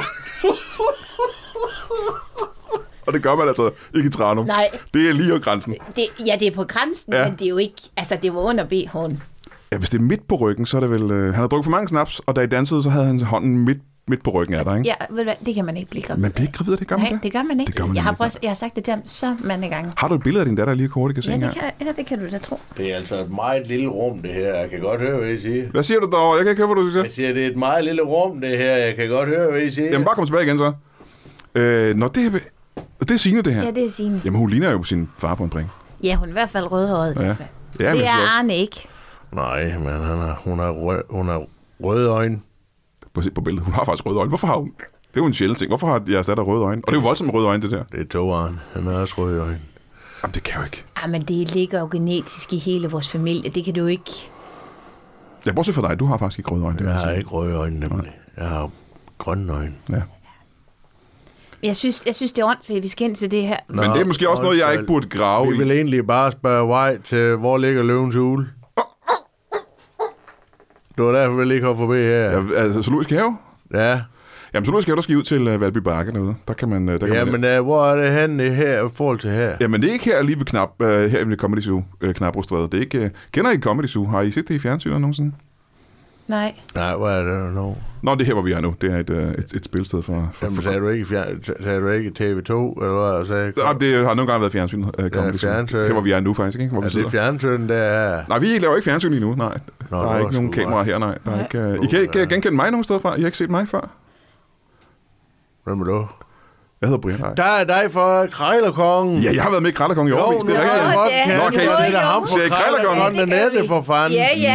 Og det gør man altså ikke i Tranum. Nej. Det er lige over grænsen. Det er på grænsen, men det er jo ikke... Altså, det var under BH'en. Ja, hvis det er midt på ryggen, så er det vel... Han har drukket for mange snaps, og da I dansede, så havde han hånden midt på ryggen af dig, ikke? Ja, ved du hvad, det kan man ikke blive gravid. Man bliver ikke gravid, det gør man Nej, det gør man ikke. Det gør man jeg har sagt det til ham så mange gange. Har du et billede af din datter lige kort, I kan se engang? Det kan du da tro. Det er altså et meget lille rum, det her. Jeg kan godt høre, hvad I siger. Hvad siger du derovre? Jeg kan ikke høre, hvad du siger. Jeg siger, det er et meget lille rum, det her. Jeg kan godt høre, hvad I siger. Jamen, bare kom tilbage igen, så. Det er Signe, det her. Ja, det er Signe. Jamen, hun ligner jo sin far på en bring. Ja, hun er i hvert fald rødhåret. Ja. Ja, det er Arne ikke. Nej, men hun har røde øjne. Prøv at se på billedet. Hun har faktisk røde øjne. Hvorfor har hun... Det er jo en sjælden ting. Hvorfor har jeres datter røde øjne? Og det er jo voldsomt røde øjne, det der. Det er Tog Arne. Han har også røde øjne. Jamen, det kan jo ikke. Men det ligger jo genetisk i hele vores familie. Det kan du ikke... Ja, bortset fra dig. Du har faktisk ikke røde øjne. Jeg har ikke røde øjne, nemlig. Jeg har grønne øjne. Ja. Jeg synes, det er ordentligt, at vi skal ind til det her. Men det er måske også noget, jeg ikke burde grave i. Vi vil egentlig bare spørge vej til, hvor ligger løvens hule? Det var derfor, vi lige kom forbi her. Ja, altså, Zoologisk Have? Ja. Jamen, Zoologisk Have, der skal I ud til Valby Bakke derude. Der kan man... hvor er det henne her i forhold til her? Jamen, det er ikke her lige ved her i Comedy Zoo, Knabrostræde. Det er ikke... Kender I Comedy Zoo? Har I set det i fjernsynet nogensinde? Nej, hvor er det nu? Nå, det er her, hvor vi er nu. Det er et spilsted for... Jamen, sagde du ikke TV2, eller hvad? Nej, det har nogle gange været fjernsynet. Her, hvor vi er nu, faktisk, ikke? Hvor vi det fjernsyn, der er... Nej, vi laver ikke fjernsyn lige nu, nej. Der er ikke nogen kameraer her, nej. Der er ikke, I kan ikke genkende mig nogen steder fra. I har ikke set mig før? Hvem er du? Jeg hedder Brian. Der er dig for Krejlerkongen. Ja, jeg har været med i Krejlerkongen i Aarhus, det er rigtigt. Det er ham for Krejlerkongen, den er det for fanden.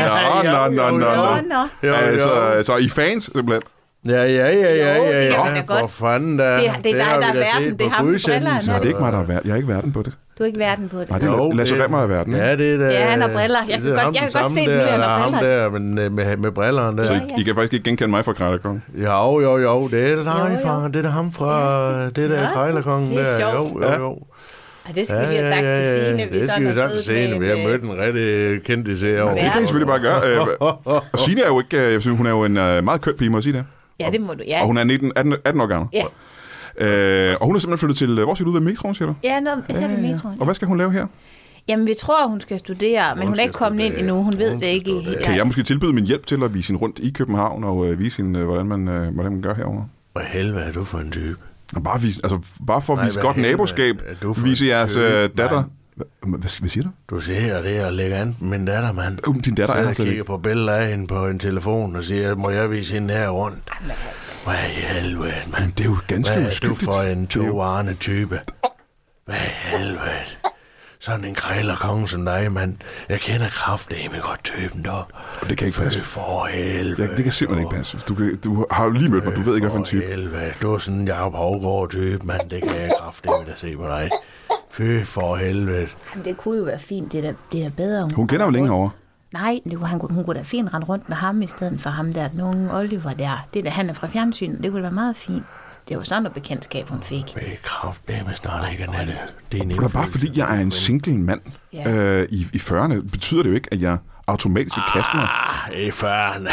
Nå. Så I fans, simpelthen? Ja, for fanden da. Det er dig, der er verden. Det er ham med brillerne. Nej, det er ikke mig, der er verden. Jeg er ikke verden på det. Du er ikke verden på det. Nej, det er Lasse Remmer er verden. Ja, det er det. Ja, han har briller. Jeg kan godt se det, han har briller. Ham der, med brillerne der. Så I kan faktisk ikke genkende mig fra Krejlerkongen? Jo, det er dig fra. Det er ham fra det der Krejlerkongen der. Jo. Det skulle de have sagt til Signe, hvis han har siddet med. Vi har mødt en rigtig kendt serie. Det kan I selvfølgelig bare gøre. Og Signe er jo ikke, jeg synes, hun er jo en meget køn pige, må jeg sige det. Ja, det må du, ja. Og hun er 18 år gammel. Ja. Og hun er simpelthen flyttet til, hvor skal du ud ved metroen, siger du? Ja, jeg ser det metroen. Og hvad skal hun lave her? Jamen, vi tror, hun skal studere, men hun er ikke kommet ind endnu. Hun ved det ikke. Kan jeg måske tilbyde min hjælp til at vise hende rundt i København og vise hende, hvordan man gør herovre? Hvad helvede er du for en type? Bare for at vise godt naboskab, vise jeres datter. Hvad siger du? Du ser det og lægger an på min datter, mand. Din datter er jeg kigger på billeder af hende på en telefon og siger, må jeg vise hende her rundt? Hvad i helvede, mand? Det er jo ganske uskyldigt. Hvad er du for en toarne type? Hvad i helvede? Sådan en krejlerkonge som dig, mand. Jeg kender kraftedeme godt typen der. Det kan ikke passe. For helvede. Det kan simpelthen ikke passe. Du har jo lige mødt mig, du ved ikke, hvad for en type. Helvede. Du er sådan en Jacob Haugaard-type, mand. Det kan jeg kraftedeme da se på dig. Fy for helvede. Jamen, det kunne jo være fint. Det er da bedre. Hun kender jo længere over. Nej, hun kunne da fint rende rundt med ham i stedet for ham der. Nogen Oliver der. Det der, han er fra fjernsynet. Det kunne da være meget fint. Det var sådan noget bekendtskab, hun fik. Det er kraftedeme snart ikke, Annette. Det er bare fordi, jeg er en single mand i 40'erne, betyder det jo ikke, at jeg automatisk vil kaste mig. I 40'erne.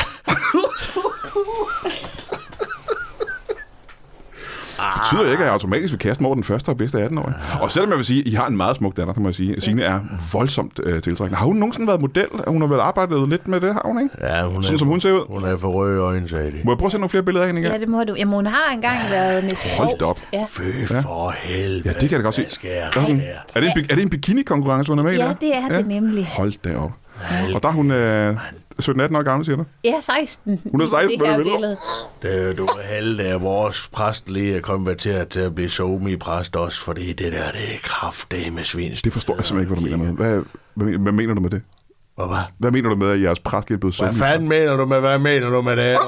Betyder ikke, at jeg automatisk vil kaste mig over den første og bedste 18-årige. Og selvom jeg vil sige, at I har en meget smuk datter, kan man sige. Signe er voldsomt tiltrækkende. Har hun nogensinde været model? Hun har vel arbejdet lidt med det, har hun ikke? Ja, sådan som hun ser ud. Hun er for røde øjne, sagde de. Må jeg prøve at se nogle flere billeder af hende igen? Ja, det må du. Jamen, hun har engang været næsten. Hold op. Ja. Fy for helvede. Ja, det kan jeg da godt se. Er det en bikini-konkurrence, hun er med i der? Ja, det er det nemlig. Hold da op. Og der er hun 17-18 år gammel, siger du? Ja, 16. Hun er 16 på det billede. Du er heldig, at vores præst lige er konverteret til at blive somi-præst også, fordi det der, det er kraftedeme svins. Det forstår jeg simpelthen ikke, hvad du mener med. Hvad mener du med det? Hvad mener du med, at jeres præst er blevet somi-præst? Hvad fanden mener du med det?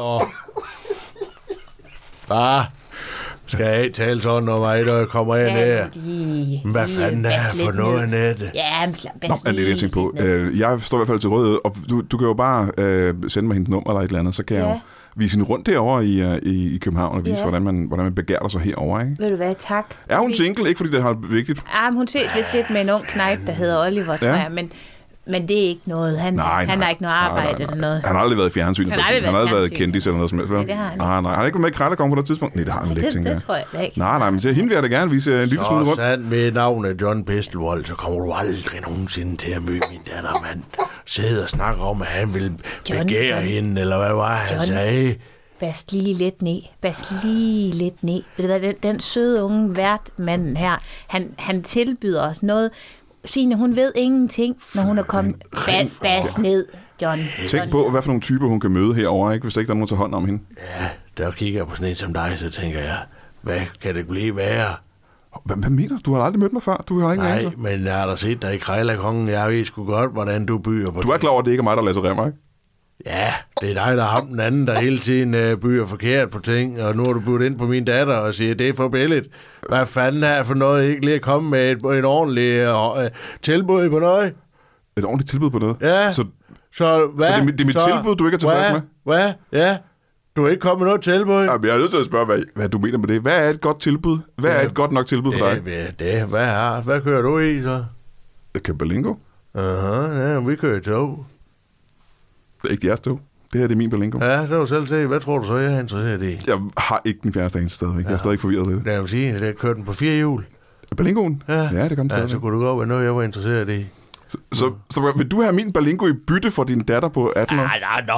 Hvad? Skal jeg ikke tale sådan om mig, når jeg kommer ind her? Hvad fanden er jeg for noget, Annette? Ja, men slap Nå, det jeg tænker på. Jeg står i hvert fald til rådighed, og du kan jo bare sende mig hendes nummer eller et eller andet, så kan jeg jo vise hende rundt derovre i København og vise, hvordan man begærer sig herovre, ikke? Ved du hvad, tak. Er hun single? Ikke fordi det er vigtigt. Ja, men hun ses vist lidt med en ung knejt, der hedder Oliver, tror jeg, men det er ikke noget. Han har ikke noget arbejde eller noget. Han har aldrig været i fjernsynet. Han har aldrig været kendis eller noget som helst. Nej, det har han ikke. Han har ikke været med i Krejlerkongen på det tidspunkt. Nej, det har han ikke, tænker jeg. Det tror jeg ikke. Nej, men til hende vil jeg da gerne vise en lille smule rundt. Så sandt med navnet John Pistolvold, så kommer du aldrig nogensinde til at møde min datter, mand. Sidde og snakke om, at han vil begære hende, eller hvad var han sagde. Bas lige lidt ned. Ved du hvad, den søde unge værtmanden her, han tilbyder os noget. Signe, hun ved ingenting, når hun er kommet. Bas ned, John. Tænk på, hvad for nogle typer hun kan møde herovre, ikke, hvis ikke der er nogen til hånd om hende. Ja, der kigger jeg på sådan en som dig, så tænker jeg, hvad kan det blive værre? Hvad mener du? Du har aldrig mødt mig før. Du har ikke Nej, men jeg har da set dig i Krejlerkongen. Jeg ved sgu godt, hvordan du byer på. Du er klar over, at det ikke er mig, der Lasse Remmer, ikke? Ja, det er dig, der har den anden, der hele tiden byer forkert på ting, og nu har du budt ind på min datter og siger, det er for billigt. Hvad fanden er for noget, ikke lige at komme med et ordentligt tilbud på noget? Et ordentligt tilbud på noget? Ja. Så hvad? Så det er mit tilbud, du ikke er tilfreds med? Hvad? Ja. Du er ikke kommet med noget tilbud? Jamen, jeg er nødt til at spørge, hvad du mener med det. Hvad er et godt tilbud? Hvad er et godt nok tilbud for dig? Hvad kører du i, så? Jeg kører Berlingo. Ja, vi kører i tog. Det er ikke jeres tog. Det her det er min Berlingo. Ja, så er du selv se. Hvad tror du så, jeg er interesseret i? Jeg har ikke den fjerneste eneste stadigvæk. Jeg er stadig forvirret lidt. Det vil sige, at jeg kørte den på 4 hjul. Berlingoen? Ja, det gør den stadig. Så kunne du godt være noget, jeg var interesseret i. Så vil du have min Berlingo i bytte for din datter på 18 år? Nej.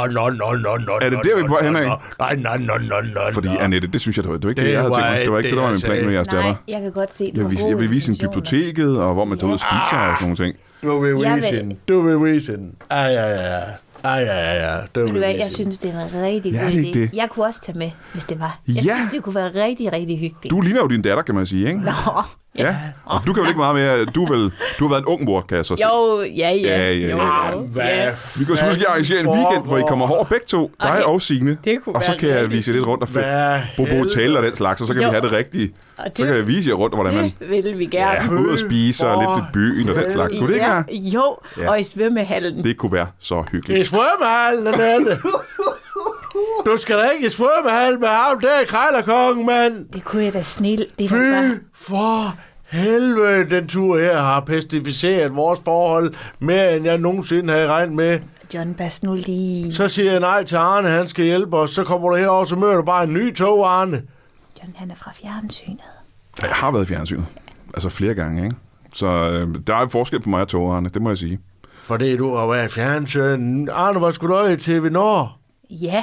Er det der, vi på hen af? Nej. Fordi, Annette, det synes jeg, det var ikke det, jeg havde tænkt mig. Det var ikke det, der var min plan med jeres datter. Nej, jeg kan godt se, jeg vil vise hende biblioteket, og hvor man tager ud og spiser og sådan nogle ting. Du vil vise den. Ja. Ja. Ved du hvad, jeg synes, det er en rigtig god idé. Det. Jeg kunne også tage med, hvis det var. Jeg synes, det kunne være rigtig, rigtig hyggeligt. Du ligner jo din datter, kan man sige, ikke? Nå. Ja. Og du kan jo ikke meget mere. Du har været en ung mor, kan jeg så sige. Jo, ja. Vi kan jo måske arrangere en weekend, hvor I kommer over begge to, dig og Signe. Det kunne og så kan jeg vise jer lidt rundt og bo på hotel og den slags, og så kan vi have det rigtige. Så kan jeg vise jer rundt, hvordan man... Det vil vi gerne. Ja, ud og spise og lidt i byen og den slags. Kunne det ikke være? Jo, og i svømmehallen. Det kunne være så hyggeligt. I svømmehallen, Annette. Du skal da ikke i svømmehallen med ham, det er krejlerkongen, mand. Det kunne jeg da snil. Fy for helvede, den tur her har pestificeret vores forhold mere, end jeg nogensinde havde regnet med. John, pas nu lige. Så siger jeg nej til Arne, han skal hjælpe os. Så kommer du herover, så møder du bare en ny tog, Arne. John, han er fra fjernsynet. Jeg har været i fjernsynet. Altså flere gange, ikke? Så der er en forskel på mig og tog, Arne. Det må jeg sige. Fordi du har været i fjernsynet. Arne, hvad skulle du i TV Nord? Ja.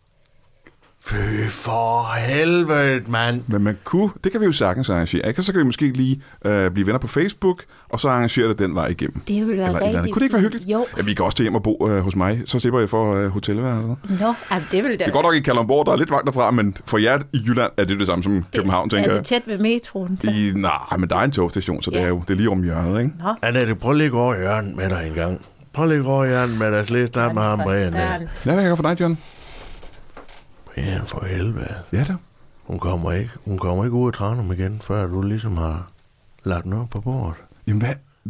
Fy for helvede, mand. Men man kunne, det kan vi jo sagtens arrangere, ikke? Og så kan vi måske lige blive venner på Facebook, og så arrangere det den vej igennem. Det ville være rigtig. Kunne det ikke være hyggeligt? Jo. Ja, vi kan også til hjem og bo hos mig, så slipper jeg for hotelværelset. Nå, det vil det er godt nok i Kalundborg, der er lidt vagt derfra, men for jer i Jylland er det samme som København, tænker jeg. Er det tæt ved metroen? Nej, men der er en togstation, så det er lige om hjørnet, ikke? Nå. Annette, prøv lige at gå over i hjørnet med dig en gang. Prøv lige at gå over i hjørnet med dig, slet snart med ham, Brian. Ja, hvad kan jeg for dig, John? Brian, for helvede. Ja da. Hun kommer ikke ud af Tranum igen, før du ligesom har lagt noget på bordet. Jamen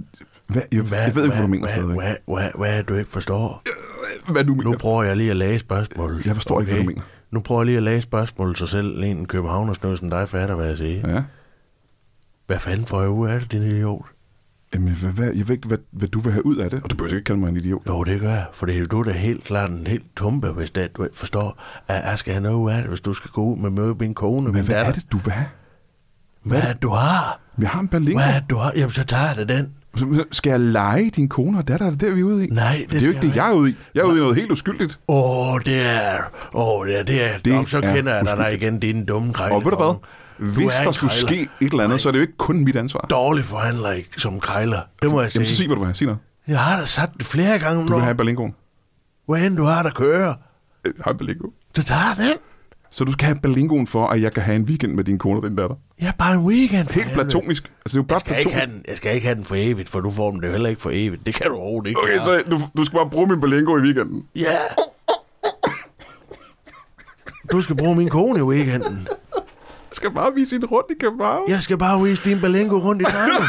jeg ved ikke, hvad du mener stadig. Hvad er du ikke forstår? Hvad du mener? Nu prøver jeg lige at læse spørgsmålet. Jeg forstår ikke, hvad du mener. Nu prøver jeg lige at læse spørgsmålet, så selv en københavnersnød som dig fatter, hvad jeg siger. Ja. Hvad fanden får jeg ud af det, din idiot? Jamen, jeg ved ikke, hvad du vil have ud af det. Og du behøver ikke kalde mig en idiot. Jo, det gør jeg. For det er du da helt klart en helt tumpe, hvis det, du ikke forstår, at jeg skal have noget ud af det, hvis du skal gå ud med møde min kone. Men hvad er det, du vil have? Hvad er det, du har? Jeg har en Berlingo. Hvad er det, du har? Jamen, så tager jeg da den. Skal jeg lege din kone og datter? Er det der, vi er ude i? Nej, det er jo ikke det, jeg er ude i. Jeg er ude i noget helt uskyldigt. Det er. Så kender jeg dig igen, din dumme krejler. Og ved du hvad? Hvis der skulle ske et eller andet, så er det jo ikke kun mit ansvar. Dårlig forhandler ikke som krejler. Det må jeg sige. Jamen, så sig, hvad du vil have. Sig noget. Jeg har da sagt det flere gange nu. Du vil have Berlingoen. Hvad end du har, der kører. Jeg har Berlingo. Du tager den. Så du skal have Berlingoen for, at jeg kan have en weekend med din kone og din datter? Ja, bare en weekend. Helt platonisk. Altså, det er jo bare platonisk. Jeg skal ikke have den for evigt, for du får den jo heller ikke for evigt. Det kan du overhovedet ikke. Okay, så du skal bare bruge min Berlingo i weekenden? Ja. Du skal bruge min kone i weekenden. Jeg skal bare vise hende rundt i København. Jeg skal bare vise din Berlingo rundt i København.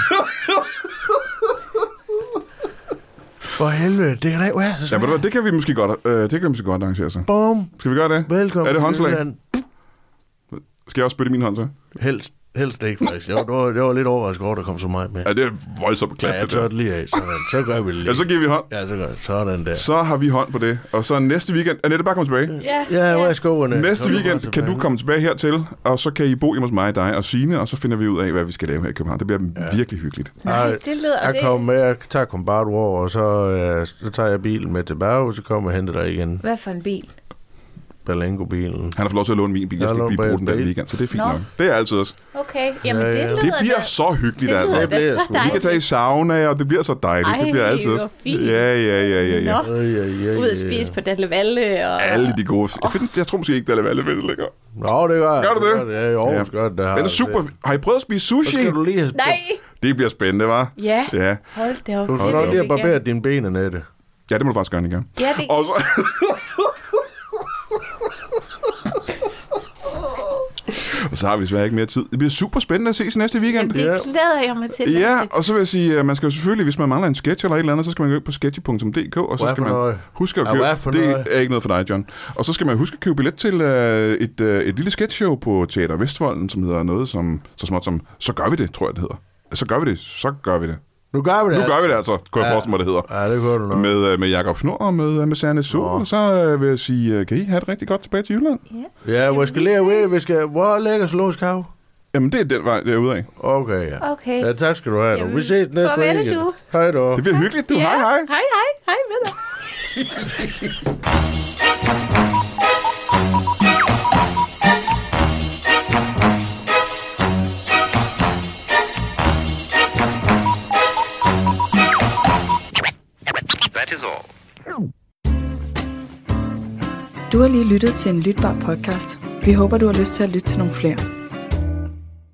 For helvede, det kan da ikke være så svært. Ja, det kan vi måske godt arrangere sig. Bum. Skal vi gøre det? Velkommen. Er det håndslag? Skal jeg også spytte min hånd så? Helst ikke, faktisk. Jeg var lidt overrasket over, der kom så meget med. Ja, det er voldsomt klart. Ja, jeg tør det lige af. Så gør vi det lige. Ja, så giver vi hånd. Ja, så gør det. Sådan der. Så har vi hånd på det. Og så næste weekend... Annette, bare komme tilbage. Ja, hvor er skoene? Næste weekend kan du komme tilbage hertil, og så kan I bo hjemme hos mig, dig og Signe, og så finder vi ud af, hvad vi skal lave her i København. Det bliver virkelig hyggeligt. Nej, det lyder jeg kommer med, jeg tager Combat over, og så tager jeg bilen med tilbage, og så kommer jeg og henter dig igen. Hvad for en bil? Berlingo-bilen. Han har fået lov til at låne min bil. Jeg skal ikke bruge den der weekend, så det er fint nok. Det er altid også. Okay, jamen det bliver så hyggeligt, altså. Det bliver så dejligt. Vi kan tage i sauna, og det bliver så dejligt. Det bliver altid også. Ja. Ud at spise på Dalle Valle. Og... Alle de gode. Jeg tror måske ikke, Dalle Valle findes længere. Nå, det gør jeg. Gør du det? Ja, jo, gør det. Den er super. Har I prøvet at spise sushi? Nej! Det bliver spændende, hva'? Ja. Hold det op. Du skal nok lige have barberet dine ben, Annette. Ja, det må du faktisk gøre, Nika. Ja, det... Og så... Og så har vi desværre ikke mere tid. Det bliver super spændende at ses næste weekend. Jamen, det glæder jeg mig til. Ja, og så vil jeg sige, at man skal jo selvfølgelig, hvis man mangler en sketch eller et eller andet, så skal man gå ind på sketchy.dk, og så skal man huske at købe... Det er ikke noget for dig, John. Og så skal man huske at købe billet til et lille sketchshow på Teater Vestvolden, som hedder noget som så småt som Så gør vi det, tror jeg, det hedder. Så gør vi det. Nu gør vi det altså, kunne jeg forestille mig, det hedder. Ja, det gør du nok. Med Jakob Snor og med Serne Sol. Og så vil jeg sige, kan I have det rigtig godt tilbage til Jylland? Ja, hvor skal lære ved? Hvor lægger Zoologisk Have? Jamen, det er den vej, derude af. Okay, ja. Okay. Ja, tak skal du have. Vi ses næste weekend. Farvel, du. Hej då. Det bliver hyggeligt, du. Hej. Hej med dig. That is all. Du har lige lyttet til en lytbar podcast. Vi håber, du har lyst til at lytte til nogle flere.